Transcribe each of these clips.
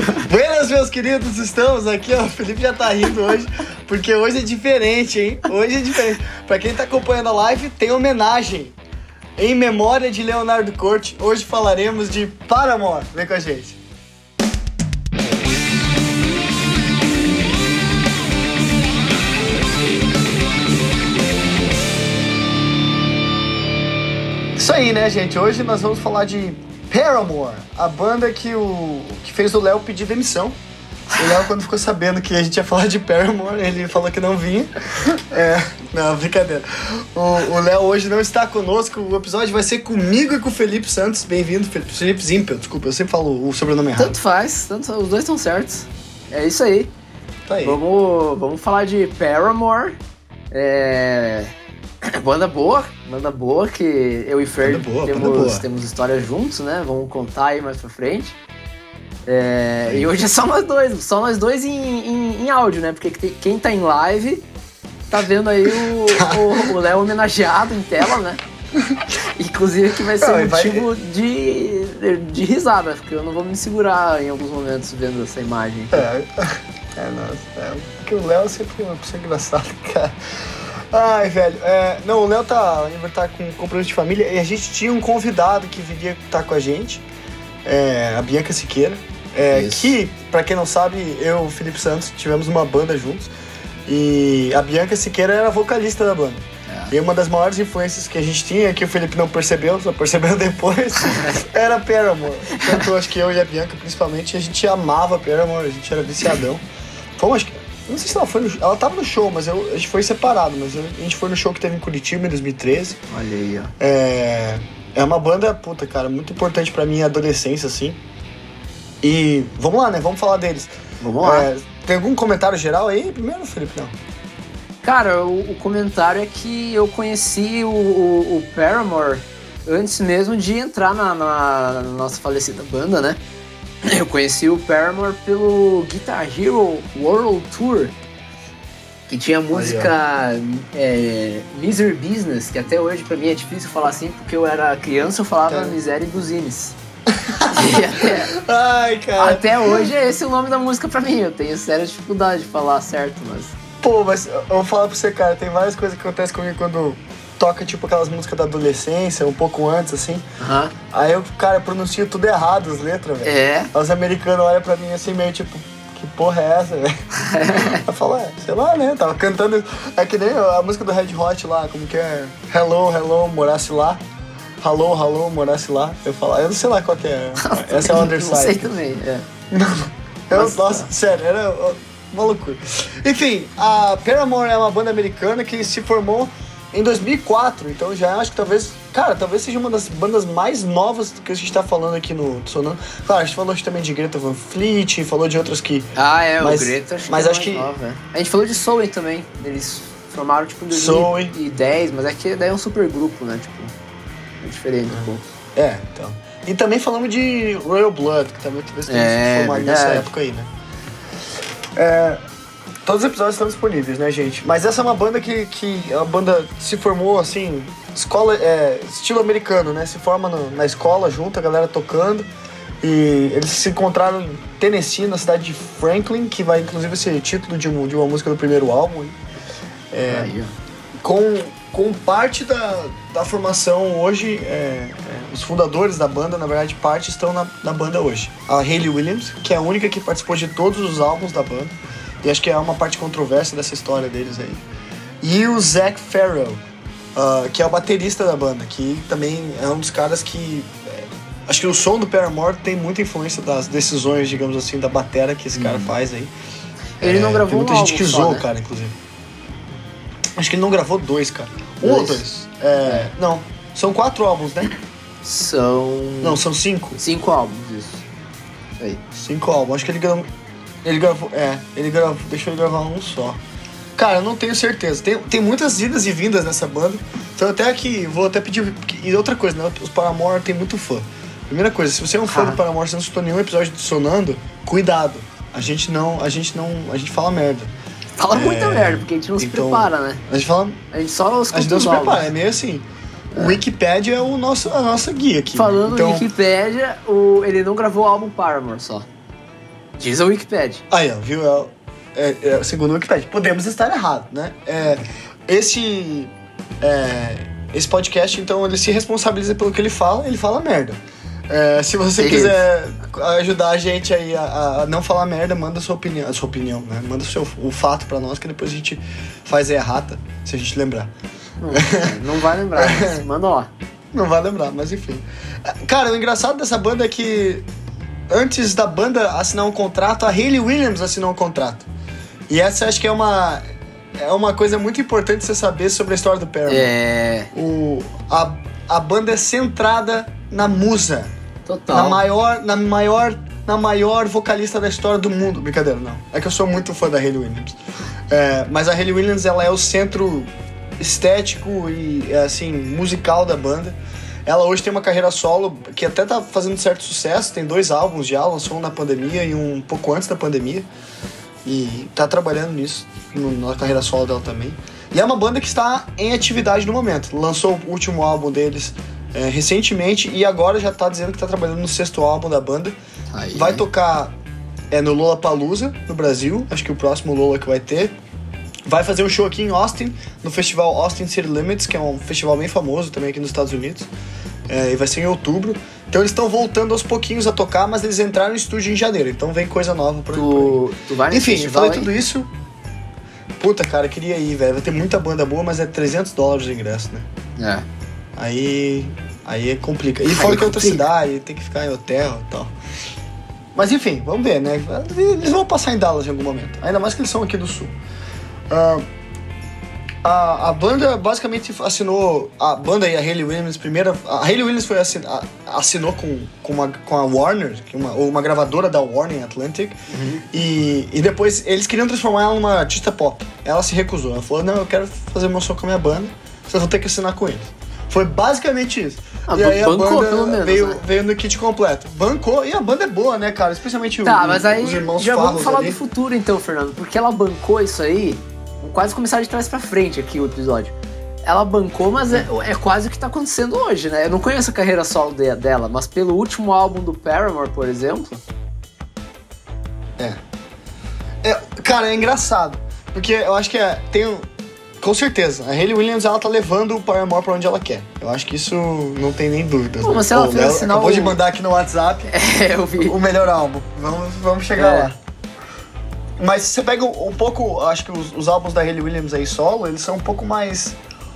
Buenas, meus queridos, estamos aqui, ó. O Felipe já tá rindo hoje, porque hoje é diferente, hein? Hoje é diferente. Pra quem tá acompanhando a live, tem homenagem em memória de Leonardo Corte. Hoje falaremos de Paramore. Vem com a gente. Isso aí, né, gente? Hoje nós vamos falar de Paramore, a banda que fez o Léo pedir demissão. O Léo, quando ficou sabendo que a gente ia falar de Paramore, ele falou que não vinha. Não, brincadeira. O Léo hoje não está conosco. O episódio vai ser comigo e com o Felipe Santos. Bem-vindo, Felipe Zimpel. Desculpa, eu sempre falo o sobrenome errado. Tanto faz, os dois estão certos. É isso aí. Tá aí. Vamos falar de Paramore. Banda boa que eu e Fer temos histórias juntos, né? Vamos contar aí mais pra frente. E hoje é só nós dois em áudio, né? Porque quem tá em live tá vendo aí o Léo homenageado em tela, né? Inclusive que vai ser motivo de risada, porque eu não vou me segurar em alguns momentos vendo essa imagem. Porque o Léo sempre é uma pessoa engraçada, cara. Ai, velho, o Léo tá com compromisso de família e a gente tinha um convidado que viria estar com a gente, a Bianca Siqueira, que, pra quem não sabe, eu e o Felipe Santos tivemos uma banda juntos e a Bianca Siqueira era vocalista da banda. E uma das maiores influências que a gente tinha, que o Felipe não percebeu, só percebeu depois, era Paramore. Tanto acho que eu e a Bianca, principalmente, a gente amava Paramore, a gente era viciadão. Acho que não sei se ela foi no show. Ela tava no show, mas a gente foi separado. Mas a gente foi no show que teve em Curitiba em 2013. Olha aí, ó. É uma banda, puta, cara, muito importante pra minha adolescência, assim. E vamos lá, né? Vamos falar deles. Vamos lá. Tem algum comentário geral aí? Primeiro, Felipe, não? Cara, o comentário é que eu conheci o Paramore antes mesmo de entrar na nossa falecida banda, né? Eu conheci o Paramore pelo Guitar Hero World Tour, que tinha a música Misery Business, que até hoje pra mim é difícil falar assim, porque eu era criança, eu falava Miséria Business. Até hoje é esse o nome da música pra mim, eu tenho séria dificuldade de falar certo, mas... Pô, mas eu vou falar pra você, cara, tem várias coisas que acontecem comigo quando toca, tipo, aquelas músicas da adolescência, um pouco antes, assim. Uhum. Aí eu, cara, pronuncio tudo errado as letras, velho. Os americanos olham pra mim assim, meio tipo, que porra é essa, velho? Eu falo, sei lá, né? Tava cantando. É que nem a música do Red Hot lá, como que é? Hello, morasse lá. Hello, morasse lá. Eu falo, eu não sei lá qual que é. Essa é o Underside. Não sei também, Nossa, sério, era uma loucura. Enfim, a Paramore é uma banda americana que se formou em 2004, então já acho que talvez seja uma das bandas mais novas que a gente tá falando aqui no Sonando. Claro, a gente falou também de Greta Van Fleet, falou de outras que... o Greta acho que nova, A gente falou de Zoe também, eles formaram tipo em 2010, mas é que daí é um super grupo, né, tipo, é diferente um pouco. Então. E também falamos de Royal Blood, que também talvez tenha se formado nessa época aí, né. Todos os episódios estão disponíveis, né, gente? Mas essa é uma banda que a banda se formou, assim, escola, estilo americano, né? Se forma na escola junto, a galera tocando. E eles se encontraram em Tennessee, na cidade de Franklin, que vai inclusive ser título de uma música do primeiro álbum. Com parte da formação hoje, os fundadores da banda, na verdade, parte estão na banda hoje. A Hayley Williams, que é a única que participou de todos os álbuns da banda. E acho que é uma parte controversa dessa história deles aí. E o Zac Farrell, que é o baterista da banda, que também é um dos caras que... acho que o som do Paramore tem muita influência das decisões, digamos assim, da batera que esse cara faz aí. Ele não gravou muita gente que usou, né? O cara, inclusive. Acho que ele não gravou 2, cara. Ou 2. Não, são 4 álbuns, né? Não, são 5. 5 álbuns, isso. Aí. 5 álbuns, acho que ele gravou... deixou ele gravar um só. Cara, eu não tenho certeza. Tem muitas idas e vindas nessa banda. Então vou até pedir. E outra coisa, né? Os Paramore tem muito fã. Primeira coisa, se você é um fã do Paramore, você não escutou nenhum episódio do Sonando, cuidado. A gente fala merda. Fala muita merda, porque a gente não se prepara, né? A gente só escuta. A gente não se prepara, é meio assim. O Wikipedia é a nossa guia aqui. Falando do Wikipedia, ele não gravou o álbum Paramore só. Diz a Wikipedia. Aí, ó, viu? Segundo a Wikipedia. Podemos estar errados, né? Esse podcast, então, ele se responsabiliza pelo que ele fala merda. Se você quiser ajudar a gente aí a não falar merda, manda a sua opinião, né? Manda o fato pra nós, que depois a gente faz a errata, se a gente lembrar. Não vai lembrar, mas manda lá. Não vai lembrar, mas enfim. Cara, o engraçado dessa banda é que antes da banda assinar um contrato, a Hayley Williams assinou um contrato. E essa acho que é uma coisa muito importante você saber sobre a história do Paramore. A banda é centrada na musa. Total. Na maior vocalista da história do mundo. Brincadeira, não. É que eu sou muito fã da Hayley Williams. Mas a Hayley Williams, ela é o centro estético e, assim, musical da banda. Ela hoje tem uma carreira solo que até tá fazendo certo sucesso. Tem 2 álbuns já, lançou um na pandemia e um pouco antes da pandemia. E tá trabalhando nisso, na carreira solo dela também. E é uma banda que está em atividade no momento. Lançou o último álbum deles recentemente e agora já tá dizendo que tá trabalhando no 6º álbum da banda. Vai tocar no Lollapalooza, no Brasil. Acho que o próximo Lolla que vai ter. Vai fazer um show aqui em Austin, no festival Austin City Limits, que é um festival bem famoso também aqui nos Estados Unidos. E vai ser em outubro. Então eles estão voltando aos pouquinhos a tocar, mas eles entraram no estúdio em janeiro. Então vem coisa nova pra tu vai nesse Enfim, festival, eu falei tudo isso. Puta, cara, queria ir, velho. Vai ter muita banda boa, mas é $300 o ingresso, né? Aí complica. E fora que é outra cidade, tem que ficar em hotel e tal. Mas enfim, vamos ver, né? Eles vão passar em Dallas em algum momento. Ainda mais que eles são aqui do sul. A banda basicamente assinou... A banda e a Hayley Williams primeiro... A Hayley Williams assinou com a Warner, que uma gravadora da Warner Atlantic. E depois eles queriam transformar ela numa artista pop. Ela se recusou. Ela falou, não, eu quero fazer meu som com a minha banda. Vocês vão ter que assinar com eles. Foi basicamente isso. E aí a banda veio no kit completo. Bancou, e a banda é boa, né, cara? Especialmente mas aí os irmãos já vamos falar ali. do futuro então, Fernando. Porque ela bancou isso aí... Vamos quase começar de trás pra frente aqui o episódio. Ela bancou, mas é quase o que tá acontecendo hoje, né? Eu não conheço a carreira solo dela, mas pelo último álbum do Paramore, por exemplo... Cara, é engraçado. Porque eu acho que com certeza, a Hayley Williams, ela tá levando o Paramore pra onde ela quer. Eu acho que isso não tem nem dúvida. Mas se ela acabou de mandar aqui no WhatsApp eu vi. O melhor álbum. Vamos chegar lá. Mas se você pega um pouco, acho que os álbuns da Hayley Williams aí solo, eles são um pouco mais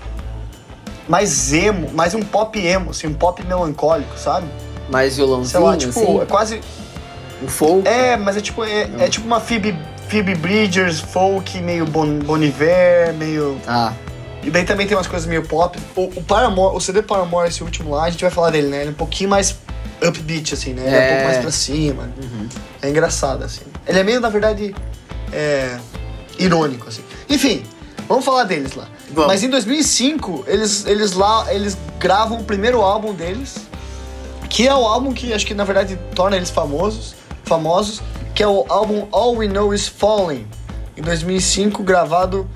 emo, mais um pop emo, assim, um pop melancólico, sabe? Mais violãozinho, sei lá, tipo, assim? É quase... Um folk? Mas é tipo uma Phoebe Bridgers, folk, meio Bon Iver, meio... E daí também tem umas coisas meio pop. O Paramore, o CD Paramore, esse último lá, a gente vai falar dele, né? Ele é um pouquinho mais upbeat, assim, né? Ele é um pouco mais pra cima. É engraçado, assim. Ele é meio, na verdade... irônico, assim. Enfim, vamos falar deles lá. Vamos. Mas em 2005, eles gravam o primeiro álbum deles, que é o álbum que acho que na verdade torna eles famosos, que é o álbum All We Know Is Falling, em 2005, gravado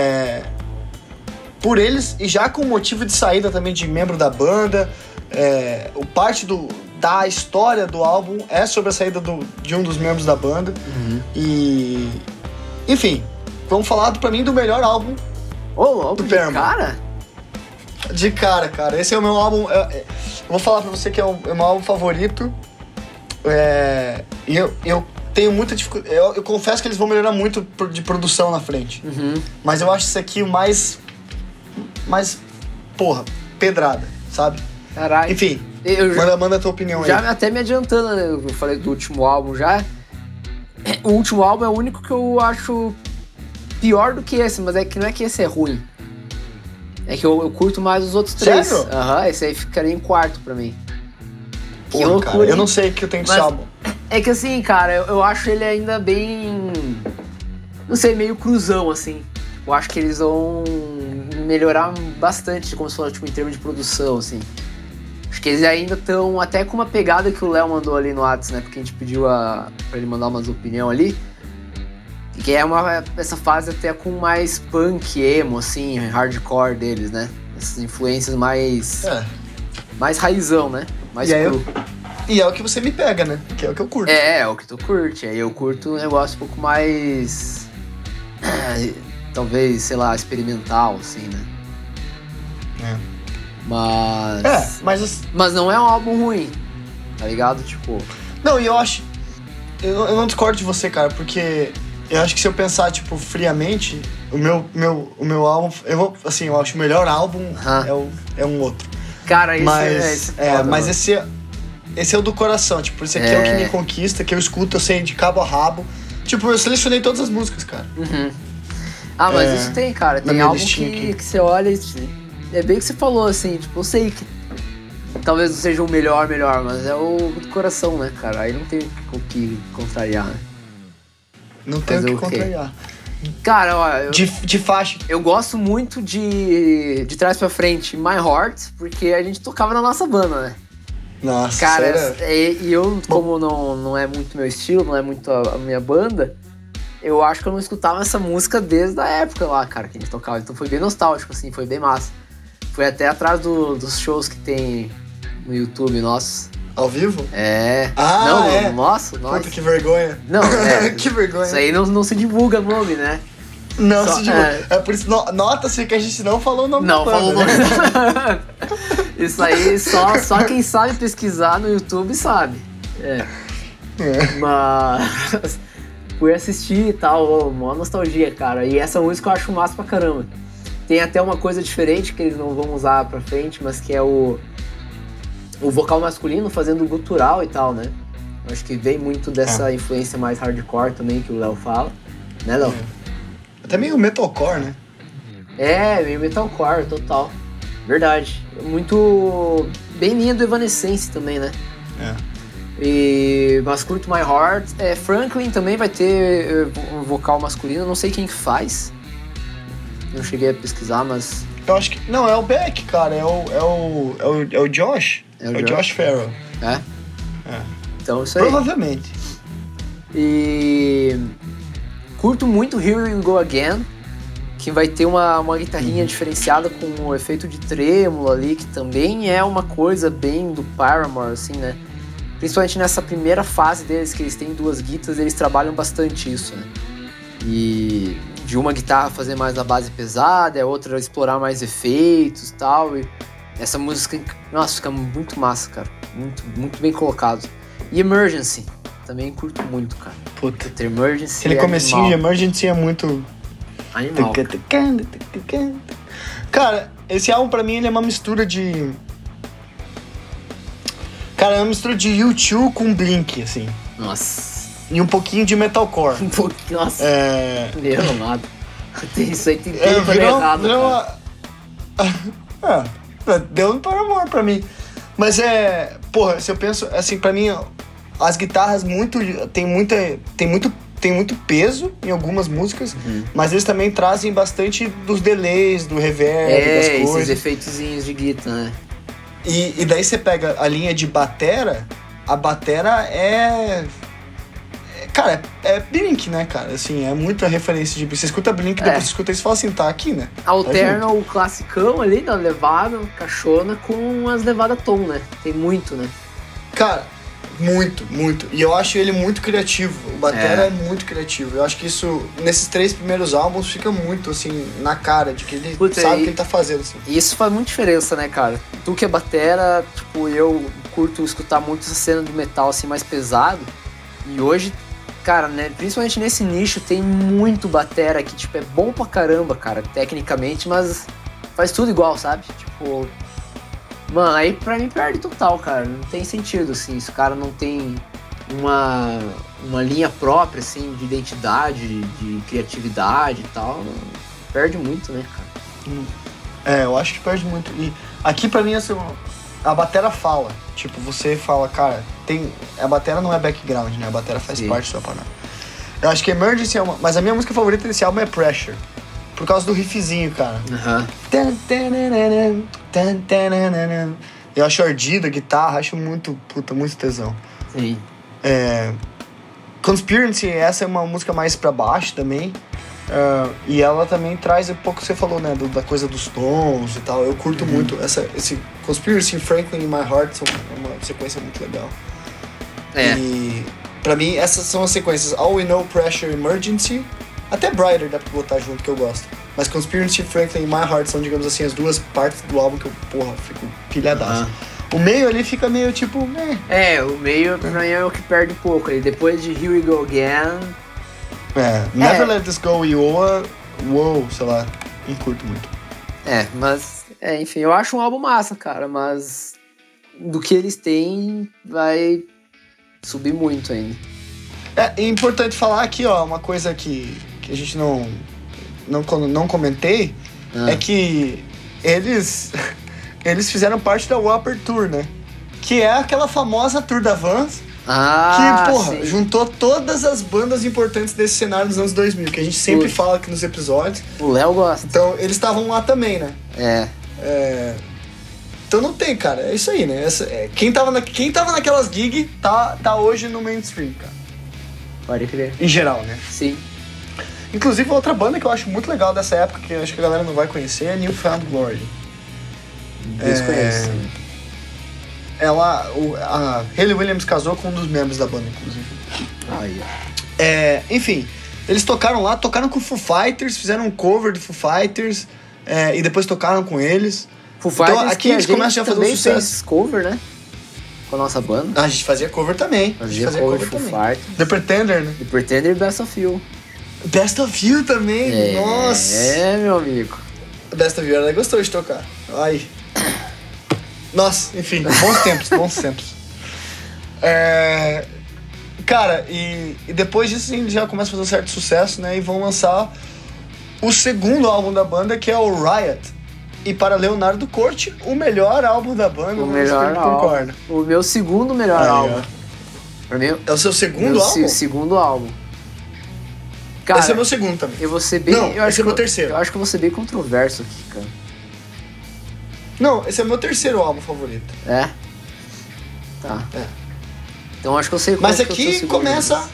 por eles, e já com motivo de saída também de membro da banda. Parte da história do álbum é sobre a saída de um dos membros da banda. E... Enfim, vamos falar pra mim do melhor álbum do Paramore. De cara. Esse é o meu álbum... Eu vou falar pra você que é o meu álbum favorito. E eu tenho muita dificuldade... Eu confesso que eles vão melhorar muito de produção na frente. Mas eu acho isso aqui o mais... Porra, pedrada, sabe? Caralho. Enfim, manda a tua opinião aí. Já até me adiantando, né? Eu falei do último álbum já. O último álbum é o único que eu acho pior do que esse, mas é que não é que esse é ruim. É que eu curto mais os outros 3. Sério? Esse aí ficaria em quarto pra mim. Que loucura, cara, eu não sei o que eu tenho desse álbum. É que assim, cara, eu acho ele ainda bem... Não sei, meio cruzão, assim. Eu acho que eles vão melhorar bastante, como se fosse, tipo, em termos de produção, assim. Acho que eles ainda estão até com uma pegada que o Léo mandou ali no WhatsApp, né? Porque a gente pediu pra ele mandar umas opiniões ali. Que é essa fase até com mais punk, emo, assim, hardcore deles, né? Essas influências mais raizão, né? Mais cru. E é o que você me pega, né? Que é o que eu curto. É o que tu curte. Aí eu curto um negócio um pouco mais... talvez, sei lá, experimental, assim, né? Mas não é um álbum ruim, tá ligado? Tipo... Não, e eu acho... Eu não discordo de você, cara, porque eu acho que se eu pensar, tipo, friamente, o meu álbum... Eu acho o melhor álbum é um outro. Cara, mas esse é o do coração, tipo, esse aqui é o que me conquista, que eu escuto, eu sei de cabo a rabo. Tipo, eu selecionei todas as músicas, cara. Uhum. Mas isso tem, cara. Tem álbum que você olha e... É bem o que você falou, assim, tipo, eu sei que talvez não seja o melhor, mas é o do coração, né, cara? Aí não tem o que contrariar, né? Não tem o que contrariar. Cara, ó... De faixa. Eu gosto muito de trás pra frente, My Heart, porque a gente tocava na nossa banda, né? Nossa, cara, e eu, como não é muito meu estilo, não é muito a minha banda, eu acho que eu não escutava essa música desde a época lá, cara, que a gente tocava. Então foi bem nostálgico, assim, foi bem massa. Foi até atrás dos shows que tem no YouTube, nosso. Ao vivo? É. No nosso? Puta, que vergonha. Não, que vergonha. Isso aí não se divulga o nome, né? Não se divulga. É por isso, nota-se que a gente não falou o nome da banda. Não falou o nome da banda. Isso aí, só quem sabe pesquisar no YouTube sabe. Mas... fui assistir e tal, mó nostalgia, cara. E essa música eu acho massa pra caramba. Tem até uma coisa diferente que eles não vão usar pra frente, mas que é o vocal masculino fazendo gutural e tal, né? Eu acho que vem muito dessa influência mais hardcore também que o Léo fala. Né, Léo? Até meio metalcore, né? Meio metalcore, total. Verdade. Muito... bem linha do Evanescence também, né? Mas curto My Heart. Franklin também vai ter um vocal masculino, não sei quem que faz. Não cheguei a pesquisar, mas... Eu acho que... Não, é o Beck, cara. É o Josh. É o Josh Farrell. Então isso aí. Provavelmente. E... curto muito Here We Go Again, que vai ter uma guitarrinha diferenciada com um efeito de trêmulo ali, que também é uma coisa bem do Paramore, assim, né? Principalmente nessa primeira fase deles, que eles têm duas guitarras, eles trabalham bastante isso, né? E de uma guitarra fazer mais a base pesada, a outra explorar mais efeitos e tal. E essa música, nossa, fica muito massa, cara. Muito, muito bem colocado. E Emergency, também curto muito, cara. Puta. Emergency aquele comecinho de Emergency é muito... animal. Cara, esse álbum pra mim ele é uma mistura de... Cara, é uma mistura de U2 com Blink, assim. Nossa. E um pouquinho de metalcore. Um pouquinho, nossa. Meu amado. Isso aí tem tudo errado, deu um Paramore pra mim. Mas porra, se eu penso, assim, pra mim, as guitarras tem muito peso em algumas músicas, mas eles também trazem bastante dos delays, do reverb, das coisas. Esses efeitozinhos de guitarra, né? E daí você pega a linha de batera, a batera cara, é Blink, né, cara? Assim, é muita referência de... Você escuta Blink, depois você escuta isso e fala assim, tá aqui, né? Alterna o classicão ali da levada, caixona, com as levadas tom, né? Tem muito, né? Cara, muito. E eu acho ele muito criativo. O batera é muito criativo. Eu acho que isso, nesses 3 primeiros álbuns, fica muito, assim, na cara de que ele sabe o que ele tá fazendo, assim. E isso faz muita diferença, né, cara? Tu que é batera, tipo, eu curto escutar muito essa cena do metal, assim, mais pesado. E hoje... cara, né, principalmente nesse nicho, tem muito batera que, tipo, é bom pra caramba, cara, tecnicamente, mas faz tudo igual, sabe? Tipo, mano, aí pra mim perde total, cara, não tem sentido, assim, se o cara não tem uma linha própria, assim, de identidade, de criatividade e tal, perde muito, né, cara? Eu acho que perde muito. E aqui pra mim, assim, a batera fala. Tipo, você fala, cara, a batera não é background, né? A batera faz parte da sua parada. Eu acho que Emergency é uma... Mas a minha música favorita desse álbum é Pressure. Por causa do riffzinho, cara. Eu acho ardida a guitarra, acho muito tesão. Sim. Conspiracy, essa é uma música mais pra baixo também. E ela também traz um pouco que você falou, né? Da coisa dos tons e tal. Eu curto muito esse Conspiracy, Franklin e My Heart são uma sequência muito legal. E pra mim, essas são as sequências. All We Know, Pressure, Emergency. Até Brighter dá pra botar junto, que eu gosto. Mas Conspiracy, Franklin e My Heart são, digamos assim, as duas partes do álbum que eu, fico pilhadaço. O meio ali fica meio tipo... o meio pra mim é o que perde um pouco. E depois de Here We Go Again... Never Let This Go e Wow, sei lá, não curto muito. Mas... enfim, eu acho um álbum massa, cara, mas... Do que eles têm, vai subir muito ainda. É importante falar aqui, ó, uma coisa que a gente não comentei, é que eles fizeram parte da Whopper Tour, né? Que é aquela famosa Tour da Vans, que, juntou todas as bandas importantes desse cenário dos anos 2000, que a gente sempre fala aqui nos episódios. O Léo gosta. Então, eles estavam lá também, né? Então não tem, cara, é isso aí, né? Quem tava naquelas gigs tá hoje no mainstream, cara. Pode crer. Em geral, né? Sim. Inclusive, outra banda que eu acho muito legal dessa época, que eu acho que a galera não vai conhecer, é New Found Glory. Desconheço. A Hayley Williams casou com um dos membros da banda, inclusive. Enfim, eles tocaram lá, tocaram com o Foo Fighters, fizeram um cover do Foo Fighters, e depois tocaram com eles. Foo Fighters, então aqui eles começam a fazer um sucesso. Fez cover, né? Com a nossa banda. A gente fazia cover também. Fazia cover Foo Fighters. The Pretender, né? The Pretender e Best of You. Best of You também, nossa! Meu amigo. Best of You, ela gostou de tocar. Ai. Nossa, enfim, bons tempos. Cara, e depois disso eles já começam a fazer um certo sucesso, né? E vão lançar o segundo álbum da banda, que é o Riot. E para Leonardo Corti, o melhor álbum da banda. O melhor álbum. O meu segundo melhor álbum. Pra mim, é o seu segundo álbum? Segundo álbum. Cara, esse é meu segundo também. Eu vou ser bem... esse é meu terceiro. Eu acho que eu vou ser bem controverso aqui, cara. Não, esse é meu terceiro álbum favorito. É? Tá. Então acho que eu sei qual. Mas aqui começa...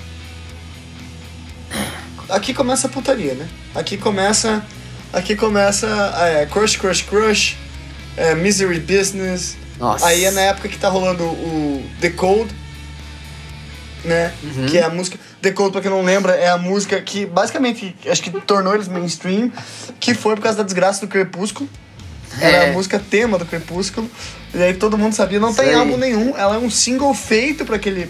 Aqui começa a putaria, né? Aqui começa Crush, Crush, Crush, Misery Business. Nossa. Aí é na época que tá rolando o The Cold, né? Que é a música... The Cold, pra quem não lembra, é a música que basicamente, acho que tornou eles mainstream, que foi por causa da desgraça do Crepúsculo. Era a música tema do Crepúsculo. E aí todo mundo sabia, não tem álbum nenhum. Ela é um single feito pra aquele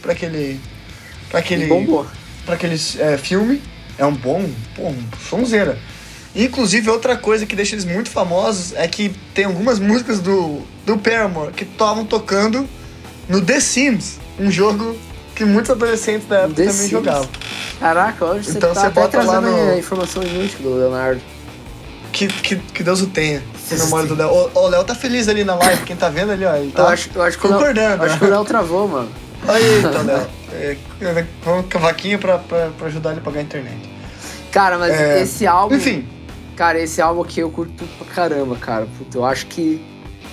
filme. É um bom sonzeira. Inclusive, outra coisa que deixa eles muito famosos é que tem algumas músicas do Paramore que estavam tocando no The Sims, um jogo que muitos adolescentes da época também jogavam. Caraca, hoje então, você tá até trazendo a informação inútil do Leonardo. Que Deus o tenha. Na memória do Léo. O Léo tá feliz ali na live, quem tá vendo ali, ó. Ele tá eu acho que concordando. Acho que o Léo travou, mano. Aí, então, Léo. Vamos com a vaquinha pra ajudar ele a pagar a internet. Cara, mas esse álbum... Enfim. Cara, esse álbum aqui eu curto pra caramba, cara. Puta, eu acho que...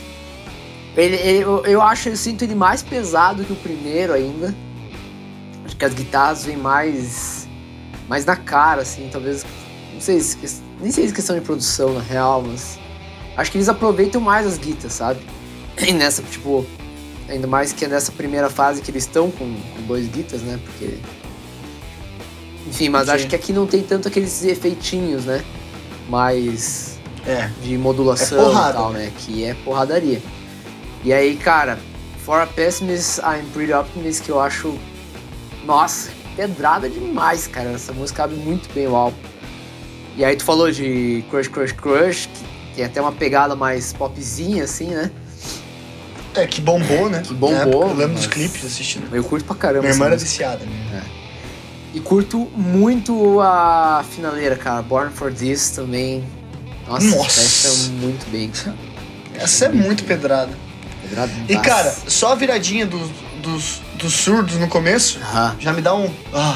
Eu sinto ele mais pesado que o primeiro ainda. Acho que as guitarras vêm mais na cara, assim, talvez... Nem sei se questão de produção, na real, mas... Acho que eles aproveitam mais as guitarras, sabe? E nessa, tipo... Ainda mais que é nessa primeira fase que eles estão com dois guitarras, né? Porque... Enfim, mas acho que aqui não tem tanto aqueles efeitinhos, né? Mais... de modulação e tal, né? Que é porradaria. E aí, cara... For a Pessimist, I'm Pretty Optimist, que eu acho... Nossa, pedrada demais, cara. Essa música abre muito bem o álbum. E aí tu falou de Crush, Crush, Crush, que tem até uma pegada mais popzinha, assim, né? Que bombou, né? Que bombou. Eu lembro dos clipes assistindo. Eu curto pra caramba. Minha irmã era viciada, né? E curto muito a finaleira, cara. Born for This também. Nossa. Fecha muito bem. Essa é muito pedrada. E, cara, só a viradinha dos surdos no começo já me dá um...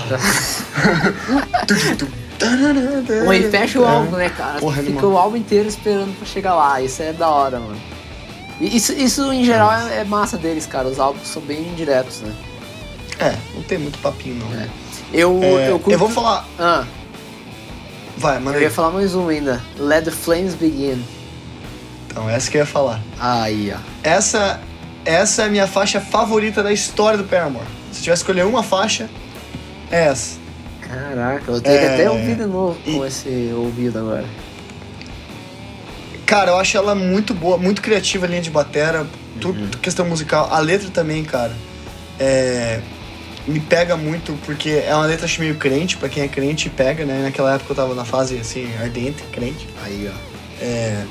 E fecha o álbum, né, cara? Fica o álbum inteiro esperando pra chegar lá. Isso é da hora, mano. E isso em geral é massa deles, cara. Os álbuns são bem diretos, né? Não tem muito papinho, não. Eu curto... Eu vou falar... Vai, mano. Eu ia falar mais uma ainda. Let the Flames Begin. Então, essa que eu ia falar. Aí, ó. Essa é a minha faixa favorita da história do Paramore. Se tivesse que escolher uma faixa, é essa. Caraca, eu tenho que até ouvir de novo com esse ouvido agora. Cara, eu acho ela muito boa, muito criativa, a linha de batera, tudo questão musical. A letra também, cara, me pega muito, porque é uma letra meio crente, pra quem é crente pega, né? Naquela época eu tava na fase, assim, ardente, crente. Aí, ó.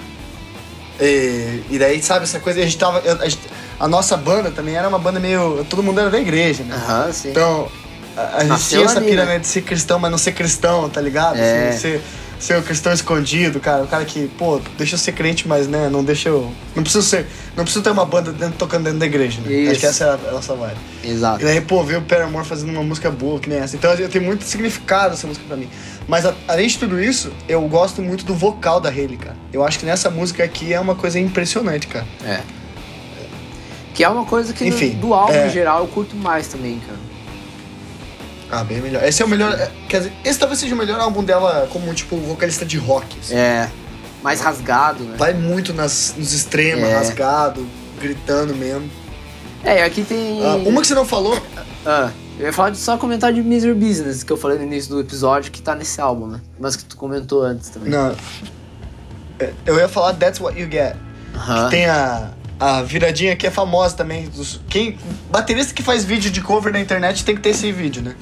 E daí, sabe, essa coisa, a nossa banda também era uma banda meio... Todo mundo era da igreja, né? Sim. Então, a gente tinha essa pira, né, de ser cristão, mas não ser cristão, tá ligado? Assim, ser o cristão escondido, cara. O cara que, pô, deixa eu ser crente, mas, né, não deixa eu... Não preciso ter uma banda tocando dentro da igreja, né? Isso. Acho que essa é a nossa vibe. Exato. E daí, pô, ver o Paramore fazendo uma música boa, que nem essa. Então, tem muito significado essa música pra mim. Mas, além de tudo isso, eu gosto muito do vocal da Hayley, cara. Eu acho que nessa música aqui é uma coisa impressionante, cara. Que é uma coisa que, enfim, do álbum em geral, eu curto mais também, cara. Bem melhor. Esse é o melhor... Quer dizer, esse talvez seja o melhor álbum dela como, tipo, vocalista de rock. Assim. Mais rasgado, né? Vai muito nos extremos, rasgado, gritando mesmo. Aqui tem... uma que você não falou... Eu ia falar só comentar de Misery Business, que eu falei no início do episódio, que tá nesse álbum, né? Mas que tu comentou antes também. Não. Eu ia falar That's What You Get. Que tem a viradinha que é famosa também. Baterista que faz vídeo de cover na internet tem que ter esse vídeo, né?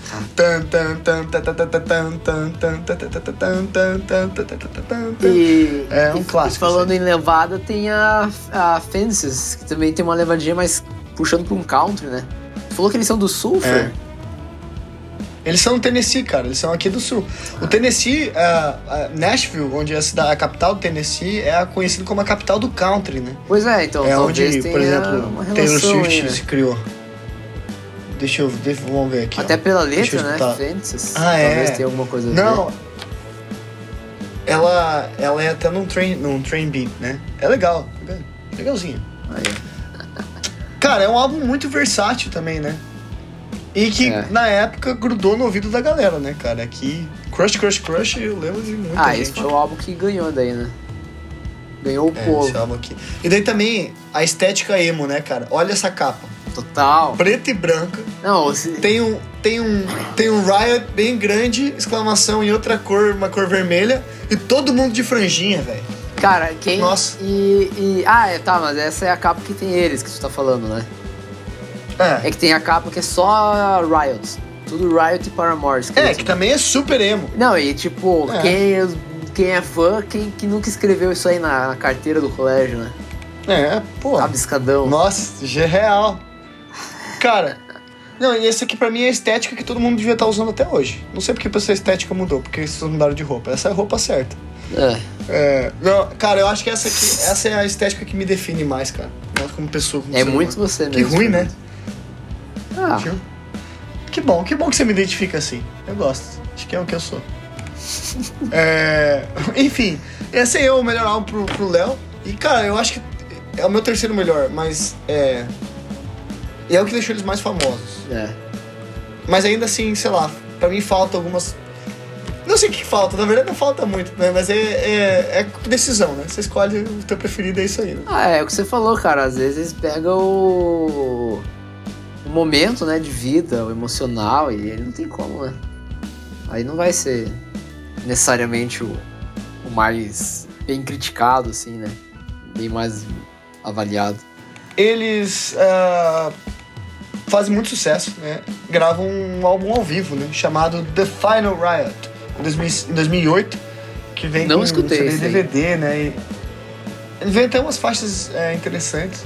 É um clássico. Falando em levada, tem a Fences, que também tem uma levadinha mais puxando pra um country, né? Tu falou que eles são do Sul, Fer? Eles são do Tennessee, cara. Eles são aqui do Sul. O Tennessee, Nashville, onde é a capital do Tennessee, é conhecido como a capital do country, né? Pois é, então talvez onde, por exemplo, Taylor Swift se criou. Deixa eu ver, vamos ver aqui. Até pela letra, né? Fences. Talvez tenha alguma coisa a ver. Não. Ela é até num train beat, né? É legal. Legalzinho. Cara, é um álbum muito versátil também, né? E que, na época, grudou no ouvido da galera, né, cara? Que Crush, Crush, Crush, eu lembro de muita gente. Esse foi o álbum que ganhou daí, né? Ganhou o povo. Esse álbum aqui. E daí também, a estética emo, né, cara? Olha essa capa. Total. Preta e branca. Não, tem um Riot bem grande, exclamação em outra cor, uma cor vermelha, e todo mundo de franjinha, velho. Cara, quem... Nossa. Mas essa é a capa que tem eles, que tu tá falando, né? É que tem a capa que é só Riot. Tudo Riot e Paramore. Que também é super emo. Não, e tipo, quem é fã, quem nunca escreveu isso aí na carteira do colégio, né? Pô. Rabiscadão. Nossa, real. Cara, não, e esse aqui pra mim é a estética que todo mundo devia estar usando até hoje. Não sei porque essa estética mudou, porque vocês mudaram de roupa. Essa é a roupa certa. Não, cara, eu acho que essa é a estética que me define mais, cara. Como pessoa. Como muito você mesmo. Que ruim, né? Que bom que você me identifica assim. Eu gosto. Acho que é o que eu sou. Enfim, esse aí é o melhor álbum pro Léo. E, cara, eu acho que é o meu terceiro melhor, mas é o que deixou eles mais famosos. Mas ainda assim, sei lá, pra mim falta algumas... Não sei o que falta, na verdade não falta muito, né? Mas é decisão, né? Você escolhe o teu preferido, é isso aí, né? É o que você falou, cara. Às vezes pega o momento, né, de vida, o emocional, e ele não tem como, né? Aí não vai ser necessariamente o mais bem criticado, assim, né? Bem mais avaliado. Eles fazem muito sucesso, né? Gravam um álbum ao vivo, né? Chamado The Final Riot, em 2008, que vem não com escutei CD e DVD, né? E ele vem até umas faixas interessantes.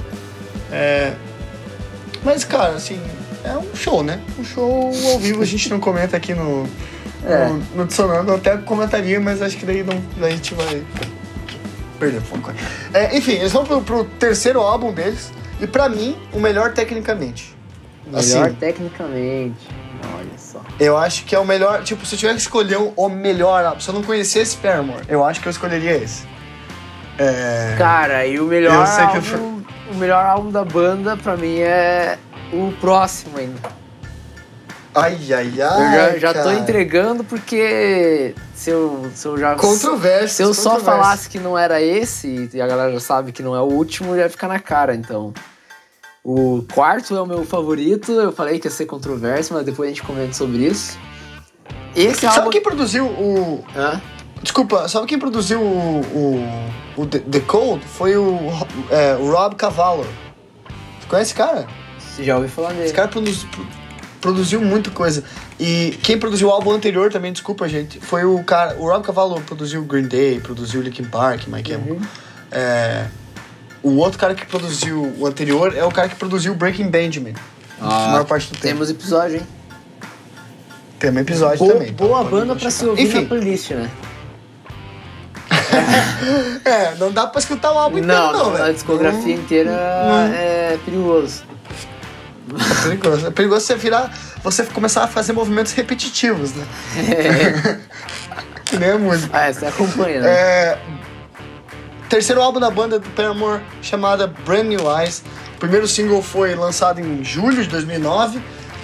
Mas, cara, assim, é um show, né? Um show ao vivo, a gente não comenta aqui no Dissonando. Eu até comentaria, mas acho que daí a gente vai perder o foco. Enfim, eles vão pro terceiro álbum deles, e pra mim, o melhor tecnicamente. Melhor tecnicamente. Olha só. Eu acho que é o melhor... Tipo, se eu tivesse que escolher o melhor álbum, se eu não conhecesse Paramore, eu acho que eu escolheria esse. Cara, e o melhor álbum... O melhor álbum da banda, pra mim, é o próximo ainda. Ai, eu já tô entregando, porque se eu já... Controverso. Se eu só falasse que não era esse, e a galera já sabe que não é o último, já ia ficar na cara, então... O quarto é o meu favorito, eu falei que ia ser controverso, mas depois a gente comenta sobre isso. Esse álbum... Sabe quem produziu o... Hã? Desculpa, sabe quem produziu o The Cold? Foi o Rob Cavallo. Você conhece esse cara? Já ouvi falar dele. Esse cara produziu muita coisa. E quem produziu o álbum anterior também, desculpa, gente, foi o cara... O Rob Cavallo produziu Green Day, produziu Linkin Park, My Chemical. O outro cara que produziu o anterior é o cara que produziu Breaking Benjamin. A maior parte do tempo. Temos episódio, hein? Tem um episódio também. Boa banda pra se ouvir na playlist, né? Não dá pra escutar o álbum inteiro, não, velho. A discografia inteira é perigoso. É perigoso você começar a fazer movimentos repetitivos, né? Que nem a música. Você acompanha, né? Terceiro álbum da banda do Paramore, chamada Brand New Eyes. O primeiro single foi lançado em julho de 2009,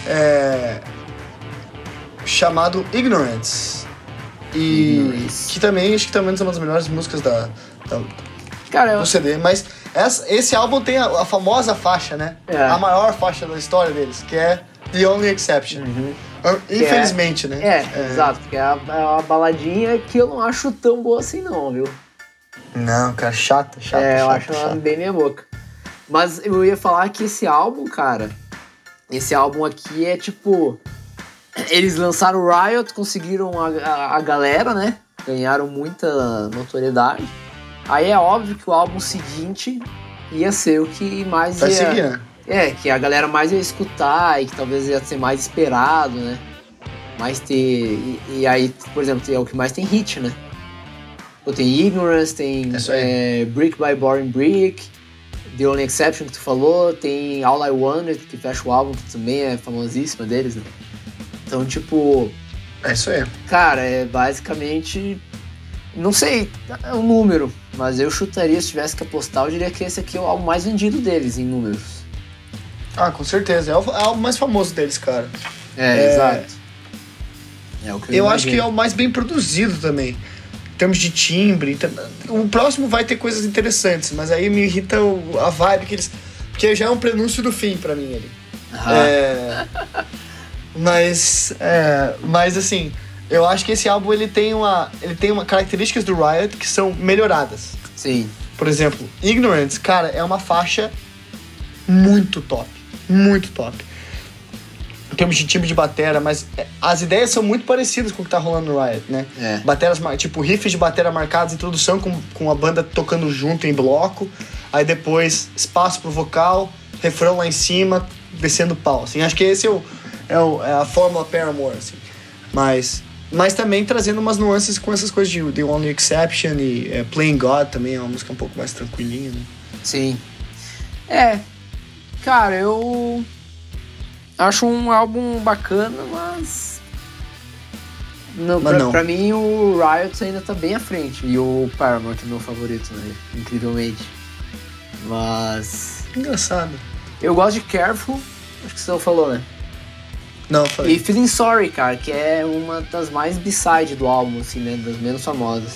chamado Ignorance. E que também, acho que também é uma das melhores músicas do CD. Mas esse álbum tem a famosa faixa, né? A maior faixa da história deles, que é The Only Exception. Infelizmente, né? Exato, porque é uma baladinha que eu não acho tão boa assim não, viu? Não, cara, chata. Eu acho ela bem meia boca. Mas eu ia falar que esse álbum, cara, esse álbum aqui é tipo... Eles lançaram o Riot, conseguiram a galera, né? Ganharam muita notoriedade. Aí é óbvio que o álbum seguinte ia ser o que mais Vai seguir, né? Que a galera mais ia escutar e que talvez ia ser mais esperado, né? Mais ter... E aí, por exemplo, é o que mais tem hit, né? Tem Ignorance, tem Brick by Boring Brick, The Only Exception que tu falou, tem All I Wanted, que fecha o álbum, que também é famosíssima deles, né? Então, tipo... É isso aí. Cara, é basicamente... Não sei o número, mas eu chutaria, se tivesse que apostar, eu diria que esse aqui é o álbum mais vendido deles, em números. Com certeza. É o álbum mais famoso deles, cara. Exato. É o que eu acho que é o mais bem produzido também. Em termos de timbre. O próximo vai ter coisas interessantes, mas aí me irrita a vibe que eles... Porque já é um prenúncio do fim pra mim ali. Mas assim, eu acho que esse álbum ele tem uma características do Riot que são melhoradas. Sim. Por exemplo, Ignorance, cara, é uma faixa muito top. Muito top. Em termos de timbre de batera, mas as ideias são muito parecidas com o que tá rolando no Riot, né? Bateras, tipo, riffs de batera marcados, introdução com a banda tocando junto em bloco, aí depois espaço pro vocal, refrão lá em cima, descendo pau, assim. Acho que esse é a fórmula Paramore, assim. Mas também trazendo umas nuances com essas coisas de The Only Exception e Playing God também é uma música um pouco mais tranquilinha, né? Sim. Cara, eu acho um álbum bacana, mas... Pra mim o Riot ainda tá bem à frente. E o Paramore, que é meu favorito, né? Incrivelmente. Mas... Engraçado. Eu gosto de Careful, acho que você não falou, né? Não, falei. E Feeling Sorry, cara, que é uma das mais B-side do álbum, assim, né? Das menos famosas.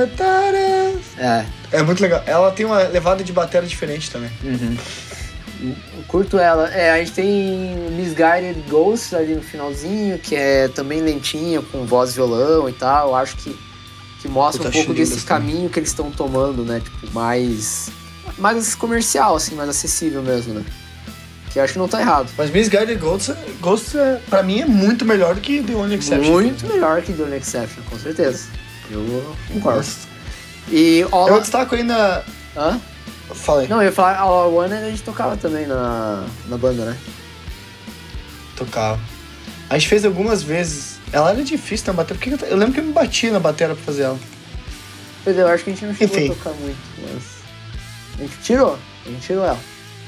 É muito legal. Ela tem uma levada de bateria diferente também. Eu curto ela. A gente tem Misguided Ghosts ali no finalzinho, que é também lentinha, com voz e violão e tal. Eu acho que mostra um pouco desse caminho que eles estão tomando, né? Tipo, mais comercial, assim, mais acessível mesmo, né? Que eu acho que não tá errado. Mas Misguided Ghosts pra mim é muito melhor do que The Only Exception. Muito melhor que The Only Exception, com certeza. Eu concordo. E eu destaco ainda... Hã? Falei. Não, eu ia falar, All I Wanted a gente tocava também na banda, né? Tocava. A gente fez algumas vezes. Ela era difícil na bateria, porque eu lembro que eu me bati na bateria pra fazer ela. Pois é, eu acho que a gente não chegou a tocar muito, mas... A gente tirou ela.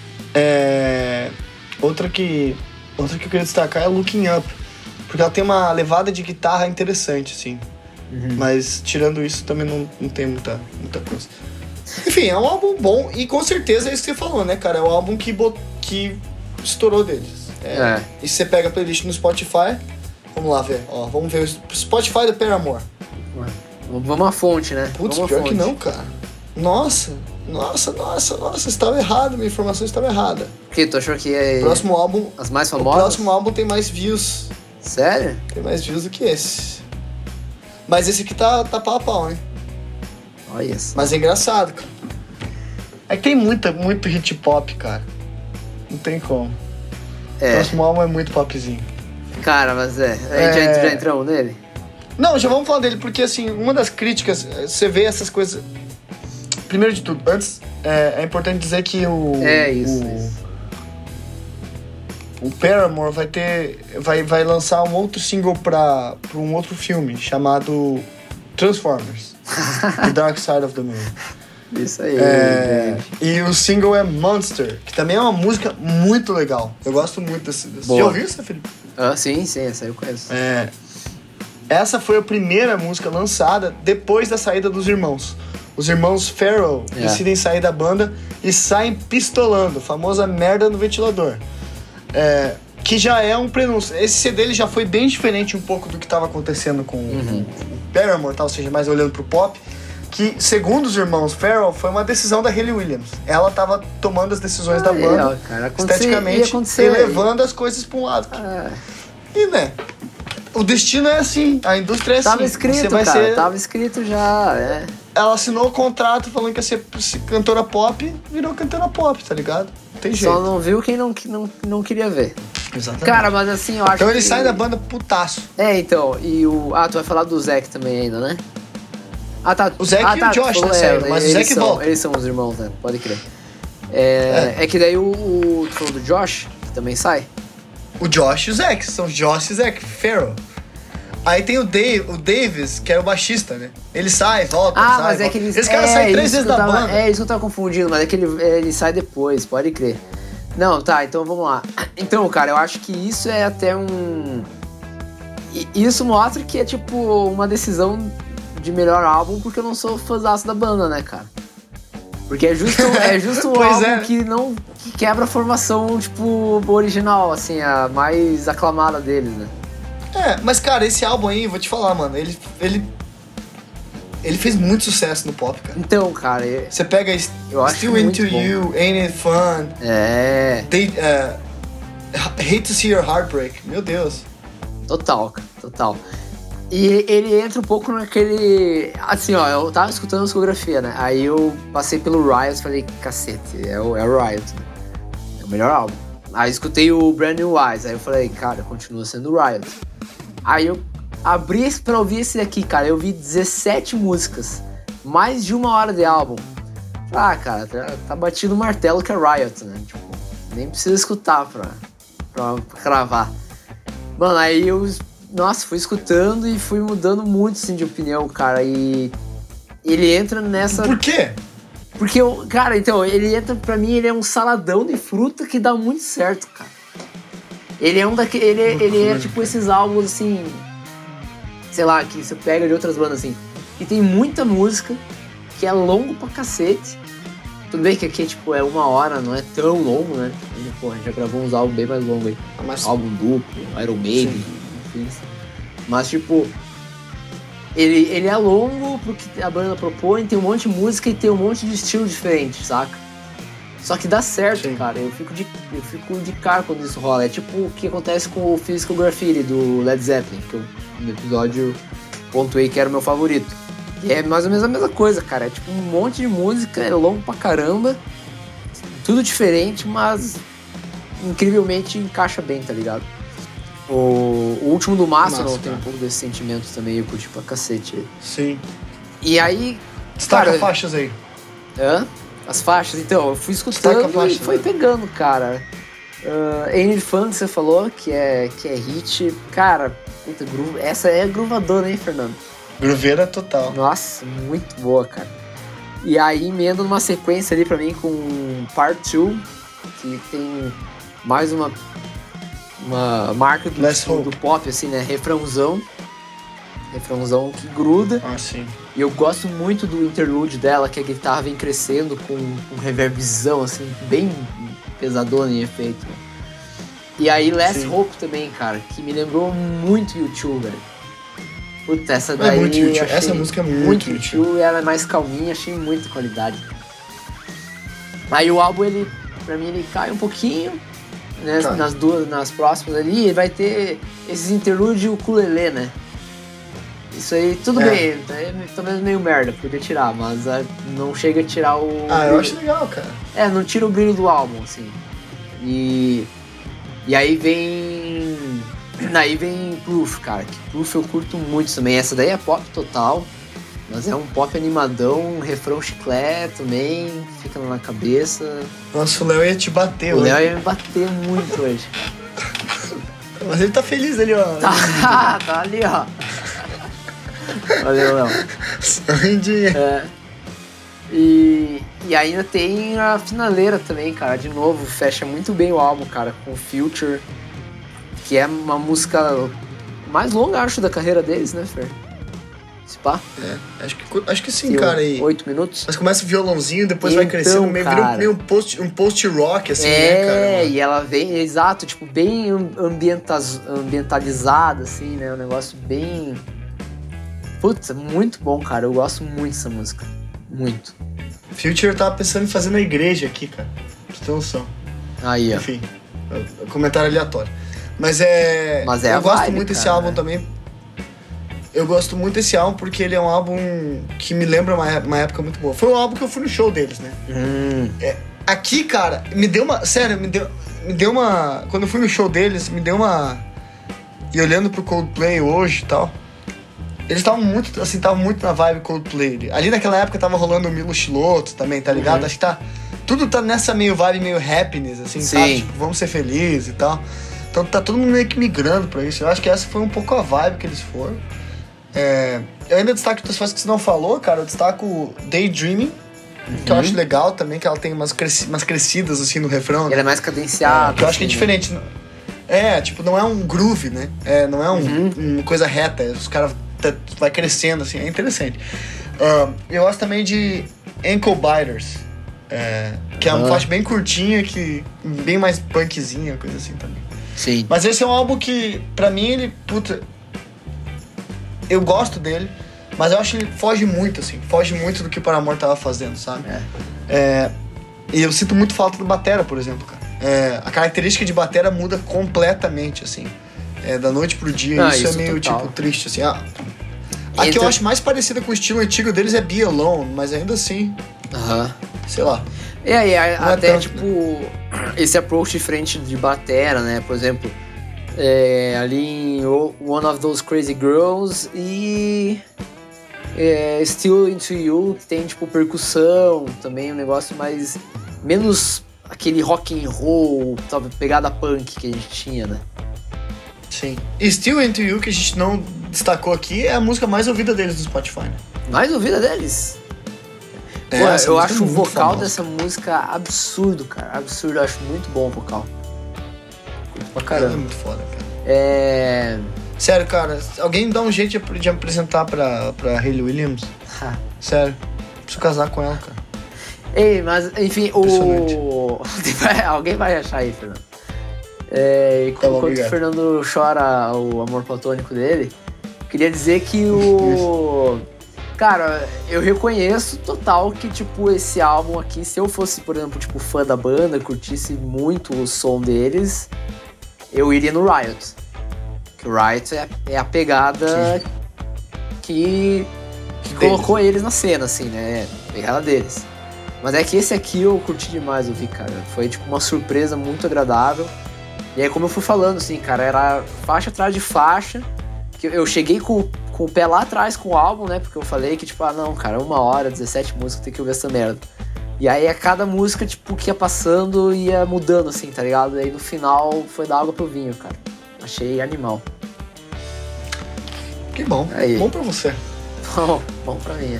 Outra que eu queria destacar é Looking Up, porque ela tem uma levada de guitarra interessante, assim. Mas tirando isso também não tem muita coisa. Enfim, é um álbum bom e com certeza é isso que você falou, né, cara? É o álbum que estourou deles. E se você pega a playlist no Spotify, vamos lá ver. Vamos ver o Spotify do Paramore. Vamos à fonte, né? Putz, pior que não, cara. Nossa, Nossa, estava errado, minha informação estava errada. O que? Tu achou que é... O próximo álbum... As mais famosas? O próximo álbum tem mais views. Sério? Tem mais views do que esse. Mas esse aqui tá pau a pau, hein? Olha isso. Mas é engraçado, cara. É que tem muito hit pop, cara. Não tem como. O próximo álbum é muito popzinho. Cara, mas já entramos nele? Não, já vamos falar dele, porque assim, uma das críticas, você vê essas coisas... Primeiro de tudo, antes, é importante dizer que o Paramore vai lançar um outro single pra um outro filme, chamado Transformers, The Dark Side of the Moon. Isso aí. E o single é Monster, que também é uma música muito legal. Eu gosto muito desse. Já ouviu isso, Felipe? Sim, essa eu conheço. Essa foi a primeira música lançada depois da saída dos irmãos. Os irmãos Farrell decidem sair da banda e saem pistolando, famosa merda no ventilador. Que já é um prenúncio. Esse CD ele já foi bem diferente um pouco do que estava acontecendo com o Paramore, ou seja, mais olhando pro pop. Que, segundo os irmãos Farrell, foi uma decisão da Hayley Williams. Ela estava tomando as decisões da banda, esteticamente, e levando as coisas para um lado. E, né, o destino é assim, a indústria é assim. Tava escrito, tava escrito já, Ela assinou o contrato falando que ia ser cantora pop, virou cantora pop, tá ligado? Não tem jeito. Só não viu quem não queria ver. Exatamente. Cara, mas assim, eu acho então ele sai da banda putaço. Então, e o... tu vai falar do Zac também ainda, né? Tá. O Zac e o Josh, né, sério, mas o Zac volta. Eles são os irmãos, né? Pode crer. É que daí tu falou do Josh, que também sai? O Josh e o Zac, são Josh e Zac Farrell. Aí tem o Davis, que é o baixista, né? Ele sai, volta, sai, mas volta. Que eles... Esse cara sai 3 vezes da banda. É isso que eu tava confundindo, mas é que ele sai depois, pode crer. Não, tá, então vamos lá. Então, cara, eu acho que isso é até um... Isso mostra que é tipo uma decisão de melhor álbum, porque eu não sou fãzaço da banda, né, cara? Porque é justo um álbum que quebra a formação, tipo, original, assim, a mais aclamada deles, né? Mas cara, esse álbum aí, vou te falar, mano, ele fez muito sucesso no pop, cara. Então, cara... Você pega Still Into You, Ain't It Fun... Hate to See Your Heartbreak, meu Deus. Total, cara, total. E ele entra um pouco naquele... Assim, eu tava escutando a discografia, né? Aí eu passei pelo Riot e falei, cacete, é o Riot, né? É o melhor álbum. Aí escutei o Brand New Eyes, aí eu falei, cara, continua sendo o Riot. Aí eu abri pra ouvir esse daqui, cara, eu vi 17 músicas, mais de 1 hora de álbum. Cara, tá batido o martelo que é Riot, né? Tipo, nem precisa escutar pra cravar. Mano, aí eu... Nossa, fui escutando e fui mudando muito, assim, de opinião, cara. E ele entra nessa... Por quê? Porque, cara, então, ele entra, pra mim, ele é um saladão de fruta que dá muito certo, cara. Ele é ele é tipo esses álbuns, assim, sei lá, que você pega de outras bandas, assim, e tem muita música, que é longo pra cacete. Tudo bem que aqui, tipo, é 1 hora, não é tão longo, né? Pô, a gente já gravou uns álbuns bem mais longos aí. Álbum duplo, Iron Maiden... Mas, tipo, ele é longo pro que a banda propõe, tem um monte de música e tem um monte de estilo diferente, saca? Só que dá certo, cara. Eu fico de cara quando isso rola. É tipo o que acontece com o Physical Graffiti do Led Zeppelin, que eu no episódio pontuei que era o meu favorito. E é mais ou menos a mesma coisa, cara. É tipo um monte de música, é longo pra caramba, tudo diferente, mas incrivelmente encaixa bem, tá ligado? O último do Mastodon tem um pouco desse sentimento também, eu curti pra cacete. Sim. E aí... Destaca faixas aí. As faixas? Então, eu fui escutando e foi pegando, cara. Ain't It Fun, que você falou, que é hit. Cara, puta, essa é groovadora, hein, Fernando? Grooveira total. Nossa, muito boa, cara. E aí emenda numa sequência ali pra mim com Part 2, que tem mais uma marca do pop, assim, né? Refrãozão que gruda. Sim. E eu gosto muito do interlude dela, que a guitarra vem crescendo com um reverbzão, assim, bem pesadona em efeito. E aí Last Hope também, cara, que me lembrou muito U2, velho. Puta, essa daí... É muito U2. Essa música é muito U2. E ela é mais calminha, achei muita qualidade. Aí o álbum, pra mim, ele cai um pouquinho, né? Nas próximas ali, ele vai ter esses interlúdios e o ukulele, né? Isso aí, tudo bem, talvez meio merda, podia tirar, mas não chega a tirar o... eu acho legal, cara. Não tira o brilho do álbum, assim. E aí vem Proof, cara, que Proof eu curto muito também. Essa daí é pop total, mas é um pop animadão, um refrão chiclete também, fica na cabeça. Nossa, o Léo ia te bater hoje. O Léo ia me bater muito hoje. Mas ele tá feliz ali, ó. Tá ali, ó. Valeu, Léo. Sorrindinha. E ainda tem a finaleira também, cara. De novo, fecha muito bem o álbum, cara, com Future, que é uma música mais longa, acho, da carreira deles, né, Fer? Se pá? Acho que sim, cara. 8 minutos. Mas começa o violãozinho, depois vai crescendo, meio um post-rock, assim, né, cara? E ela vem, exato, tipo, bem ambientalizada, assim, né? Um negócio bem... Putz, muito bom, cara. Eu gosto muito dessa música. Muito. Future eu tava pensando em fazer na igreja aqui, cara. Pra você ter noção. Aí, ó. Enfim, comentário aleatório. Mas eu gosto muito desse álbum também. Eu gosto muito desse álbum porque ele é um álbum que me lembra uma época muito boa. Foi um álbum que eu fui no show deles, né? Aqui, cara, me deu uma... Sério, me deu uma... Quando eu fui no show deles, me deu uma... E olhando pro Coldplay hoje e tal... Eles estavam muito, assim, muito na vibe Coldplay. Ali naquela época tava rolando o Milo Chiloto também, tá ligado? Acho que tudo tá nessa meio vibe, meio happiness, assim, sabe? Tipo, vamos ser felizes e tal. Então tá todo mundo meio que migrando pra isso. Eu acho que essa foi um pouco a vibe que eles foram. Eu ainda destaco outras coisas que você não falou, cara. Eu destaco Daydreaming, que eu acho legal também, que ela tem umas crescidas, assim, no refrão. Ela é mais cadenciada. Que eu acho que é diferente. Tipo, não é um groove, né? Não é uma coisa reta. Os caras... vai crescendo, assim, é interessante. Eu gosto também de Ankle Biters, que é uma faixa bem curtinha, bem mais punkzinha, coisa assim também. Sim. Mas esse é um álbum que, pra mim, ele, puta, eu gosto dele, mas eu acho que ele foge muito do que o Paramore tava fazendo, sabe? E eu sinto muito falta do batera, por exemplo, cara. A característica de batera muda completamente, assim. Da noite pro dia, isso é meio, total. Tipo, triste, assim. A que eu acho mais parecida com o estilo antigo deles é Be Alone, mas ainda assim, sei lá. Até, tipo, esse approach diferente de batera, né? Por exemplo, ali em One of Those Crazy Girls e Still Into You, que tem, tipo, percussão, também um negócio mais... menos aquele rock and roll, sabe, pegada punk que a gente tinha, né? Sim. E Still Into You, que a gente não destacou aqui, é a música mais ouvida deles no Spotify, né? Mais ouvida deles? Eu acho o vocal dessa música absurdo, cara. Absurdo, eu acho muito bom o vocal. Curto pra caramba. É muito foda, cara. Sério, cara, alguém dá um jeito de apresentar pra Hayley Williams? Sério, preciso casar com ela, cara. Ei, mas, enfim, alguém vai achar aí, Fernando. Enquanto o Fernando chora o amor platônico dele, queria dizer que cara, eu reconheço total que, tipo, esse álbum aqui, se eu fosse, por exemplo, tipo, fã da banda, curtisse muito o som deles, eu iria no Riot. Que o Riot é a pegada que colocou eles na cena, assim, né? A pegada deles. Mas é que esse aqui eu curti demais ouvir, cara. Foi, tipo, uma surpresa muito agradável. E aí, como eu fui falando, assim, cara, era faixa atrás de faixa, que eu cheguei com o pé lá atrás com o álbum, né, porque eu falei que, tipo, não, cara, 1 hora, 17 músicas, tem que ouvir essa merda. E aí, a cada música, tipo, que ia passando, ia mudando, assim, tá ligado? E aí, no final, foi da água pro vinho, cara. Achei animal. Que bom, aí. Bom pra você. Bom pra mim,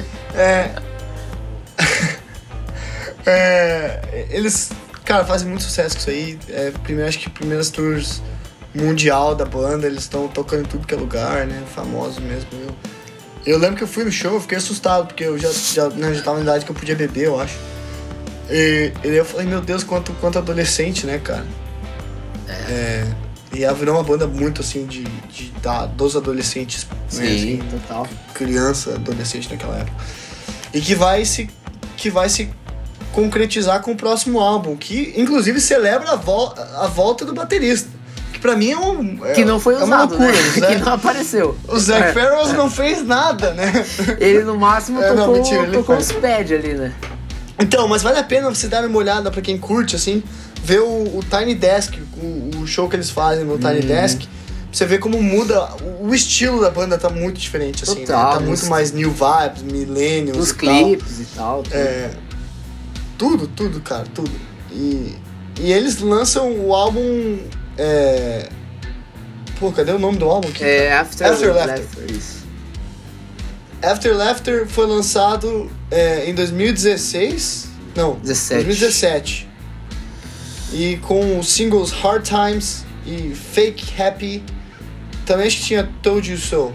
Eles... Cara, fazem muito sucesso com isso aí. Acho que primeiras tours mundial da banda, eles estão tocando em tudo que é lugar, né? Famoso mesmo. Eu lembro que eu fui no show, eu fiquei assustado, porque eu já tava na idade que eu podia beber, eu acho. E eu falei, meu Deus, quanto adolescente, né, cara? E ela virou uma banda muito, assim, dos adolescentes. Sim, né, assim, total. Criança, adolescente naquela época. E que vai se concretizar com o próximo álbum, que inclusive celebra a volta do baterista. Que pra mim que não foi usado, uma loucura, né? Que não apareceu. O Zac Farrell não fez nada, né? Ele no máximo tocou uns pads ali, né? Então, mas vale a pena você dar uma olhada pra quem curte, assim, ver o Tiny Desk, o show que eles fazem no Tiny Desk. Você vê como muda, o estilo da banda tá muito diferente, assim, total, né? Tá muito mais new vibes, millennials os clipes e tal. Tudo, cara, tudo. E eles lançam o álbum... Pô, cadê o nome do álbum aqui? After Laughter. Isso. After Laughter foi lançado em 2016? Não, 2017. E com os singles Hard Times e Fake Happy. Também acho que tinha Told You So.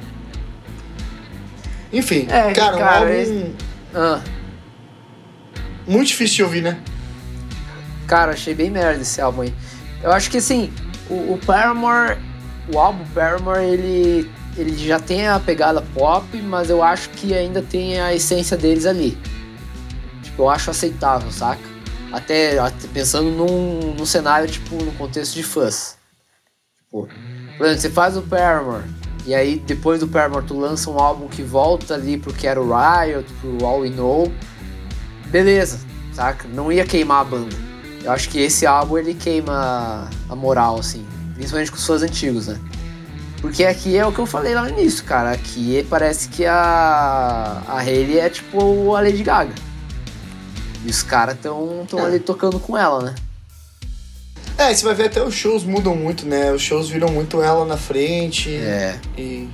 Enfim, cara, um álbum muito difícil de ouvir, né? Cara, achei bem merda esse álbum aí. Eu acho que assim, o Paramore, o álbum Paramore, ele já tem a pegada pop, mas eu acho que ainda tem a essência deles ali. Tipo, eu acho aceitável, saca? Até pensando num cenário, tipo, no contexto de fãs. Tipo, por exemplo, você faz o Paramore, e aí depois do Paramore tu lança um álbum que volta ali pro que era o Riot, pro All We Know. Beleza, saca? Não ia queimar a banda. Eu acho que esse álbum ele queima a moral, assim, principalmente com os fãs antigos, né? Porque aqui é o que eu falei lá no início, cara. Aqui parece que a Hayley é tipo a Lady Gaga. E os caras tão ali tocando com ela, né? Você vai ver até os shows mudam muito, né? Os shows viram muito ela na frente. E...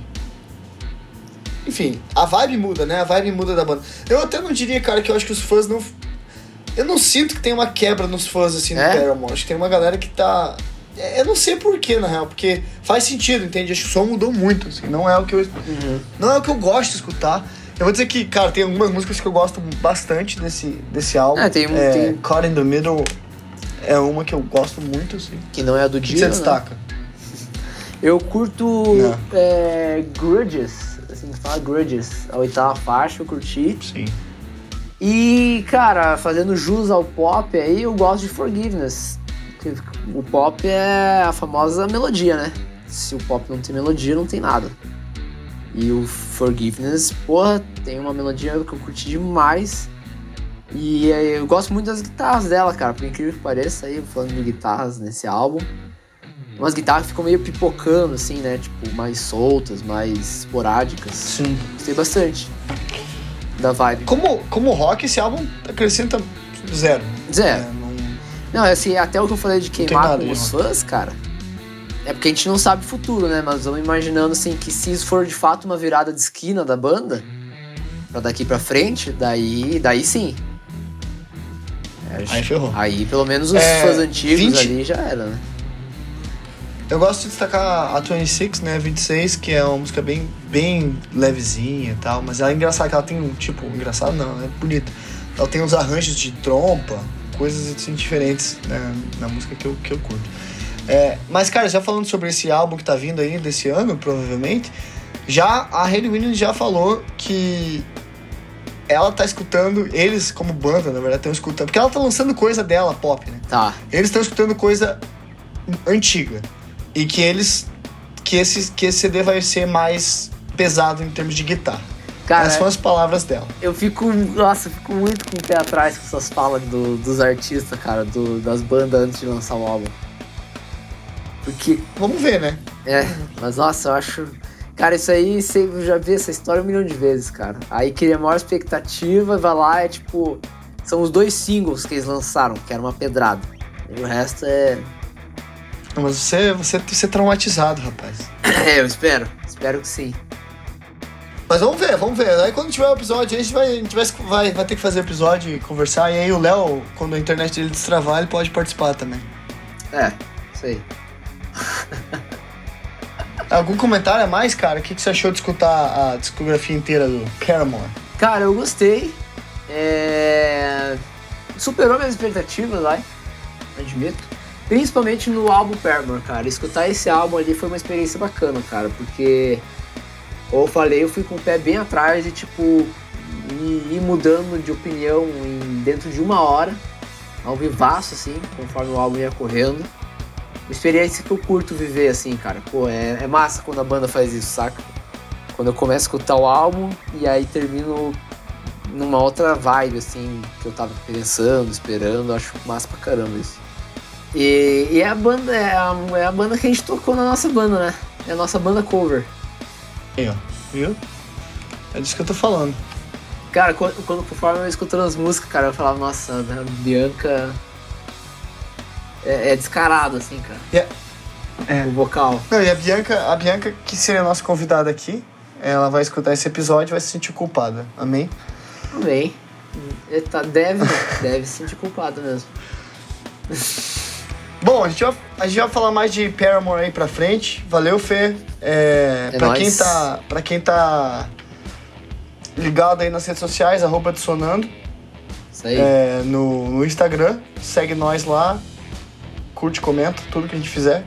Enfim, a vibe muda, né? A vibe muda da banda. Eu até não diria, cara, que eu acho que os fãs não... Eu não sinto que tem uma quebra nos fãs, assim, do Paramore. Acho que tem uma galera que tá... Eu não sei porquê, na real, porque faz sentido, entende? Acho que o som mudou muito, assim, não é o que eu... Não é o que eu gosto de escutar. Eu vou dizer que, cara, tem algumas músicas que eu gosto bastante desse álbum. Tem Caught in the Middle é uma que eu gosto muito, assim. Que não é a do Dio, que você destaca? Né? Eu curto Grudges, assim que fala, Grudges. A 8ª faixa eu curti. Sim. E, cara, fazendo jus ao pop aí, eu gosto de Forgiveness. O pop é a famosa melodia, né? Se o pop não tem melodia, não tem nada. E o Forgiveness, porra, tem uma melodia que eu curti demais. E eu gosto muito das guitarras dela, cara. Por incrível que pareça, aí falando de guitarras nesse álbum. Umas guitarras que ficam meio pipocando, assim, né? Tipo, mais soltas, mais esporádicas. Sim. Gostei bastante da vibe. Como rock, esse álbum acrescenta zero. Não, assim, até o que eu falei de queimar com os fãs, cara, é porque a gente não sabe o futuro, né? Mas vamos imaginando, assim, que se isso for de fato uma virada de esquina da banda, pra daqui pra frente, daí sim. Aí ferrou. Aí, pelo menos, os fãs antigos ali já era, né? Eu gosto de destacar a 26, né? 26, que é uma música bem, bem levezinha e tal, mas ela é engraçada, que ela tem um tipo... Engraçado não, é bonita. Ela tem uns arranjos de trompa, coisas assim diferentes, né, na música que eu curto. Mas, cara, já falando sobre esse álbum que tá vindo aí desse ano, provavelmente, já a Hayley Williams já falou que ela tá escutando, eles como banda, na verdade, estão escutando, porque ela tá lançando coisa dela, pop, né? Tá. Eles estão escutando coisa antiga. E que esse CD vai ser mais pesado em termos de guitarra. Cara, essas são as palavras dela. Eu fico muito com o pé atrás com essas falas dos artistas, cara, das bandas antes de lançar o álbum. Porque... Vamos ver, né? Mas nossa, eu acho... Cara, isso aí, eu já vi essa história 1 milhão de vezes, cara. Aí cria a maior expectativa, vai lá, tipo... São os 2 singles que eles lançaram, que era uma pedrada. E o resto é... Mas você é traumatizado, rapaz. Eu espero que sim. Mas vamos ver. Aí quando tiver o episódio, a gente vai ter que fazer o episódio e conversar. E aí o Léo, quando a internet dele destravar, ele pode participar também. Isso aí. Algum comentário a mais, cara? O que você achou de escutar a discografia inteira do Paramore? Cara, eu gostei. Superou minhas expectativas, admito. Principalmente no álbum Paramore, cara. Escutar esse álbum ali foi uma experiência bacana, cara. Porque, como eu falei, eu fui com o pé bem atrás e, tipo, ir mudando de opinião dentro de 1 hora, ao vivaço, assim, conforme o álbum ia correndo. Uma experiência que eu curto viver, assim, cara. Pô, é massa quando a banda faz isso, saca? Quando eu começo a escutar o álbum e aí termino numa outra vibe, assim, que eu tava pensando, esperando, acho massa pra caramba isso. E a banda, é a banda que a gente tocou na nossa banda, né? É a nossa banda cover. Aí, ó, viu? É disso que eu tô falando. Cara, conforme eu escutando as músicas, cara, eu falava, nossa, a Bianca é descarado, assim, cara. O vocal. Não, e a Bianca, que seria a nossa convidada aqui, ela vai escutar esse episódio e vai se sentir culpada. Amém? Amém. Deve se sentir culpada mesmo. Bom, a gente vai falar mais de Paramore aí pra frente. Valeu, Fê. Pra quem tá ligado aí nas redes sociais, @Dissonando. Isso aí. No Instagram. Segue nós lá. Curte, comenta, tudo que a gente fizer.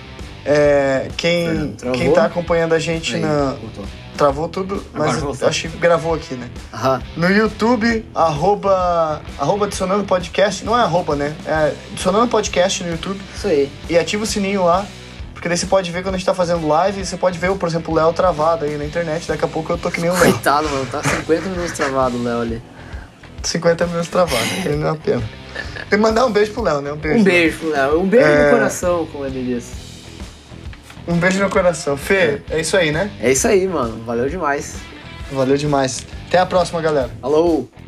Quem tá acompanhando a gente Travou tudo, mas acho que gravou aqui, né? Aham. No YouTube, @Dissonando Podcast. Não é arroba, né? É Dissonando Podcast no YouTube. Isso aí. E ativa o sininho lá, porque daí você pode ver quando a gente tá fazendo live. E você pode ver, por exemplo, o Léo travado aí na internet. Daqui a pouco eu tô que nem o Léo. Coitado, mano. Tá 50 minutos travado o Léo ali. 50 minutos travado, não é uma pena. Tem que mandar um beijo pro Léo, né? Um beijo pro Léo. Um beijo no coração, como ele disse. Um beijo no coração. Fê, é isso aí, né? É isso aí, mano. Valeu demais. Valeu demais. Até a próxima, galera. Falou!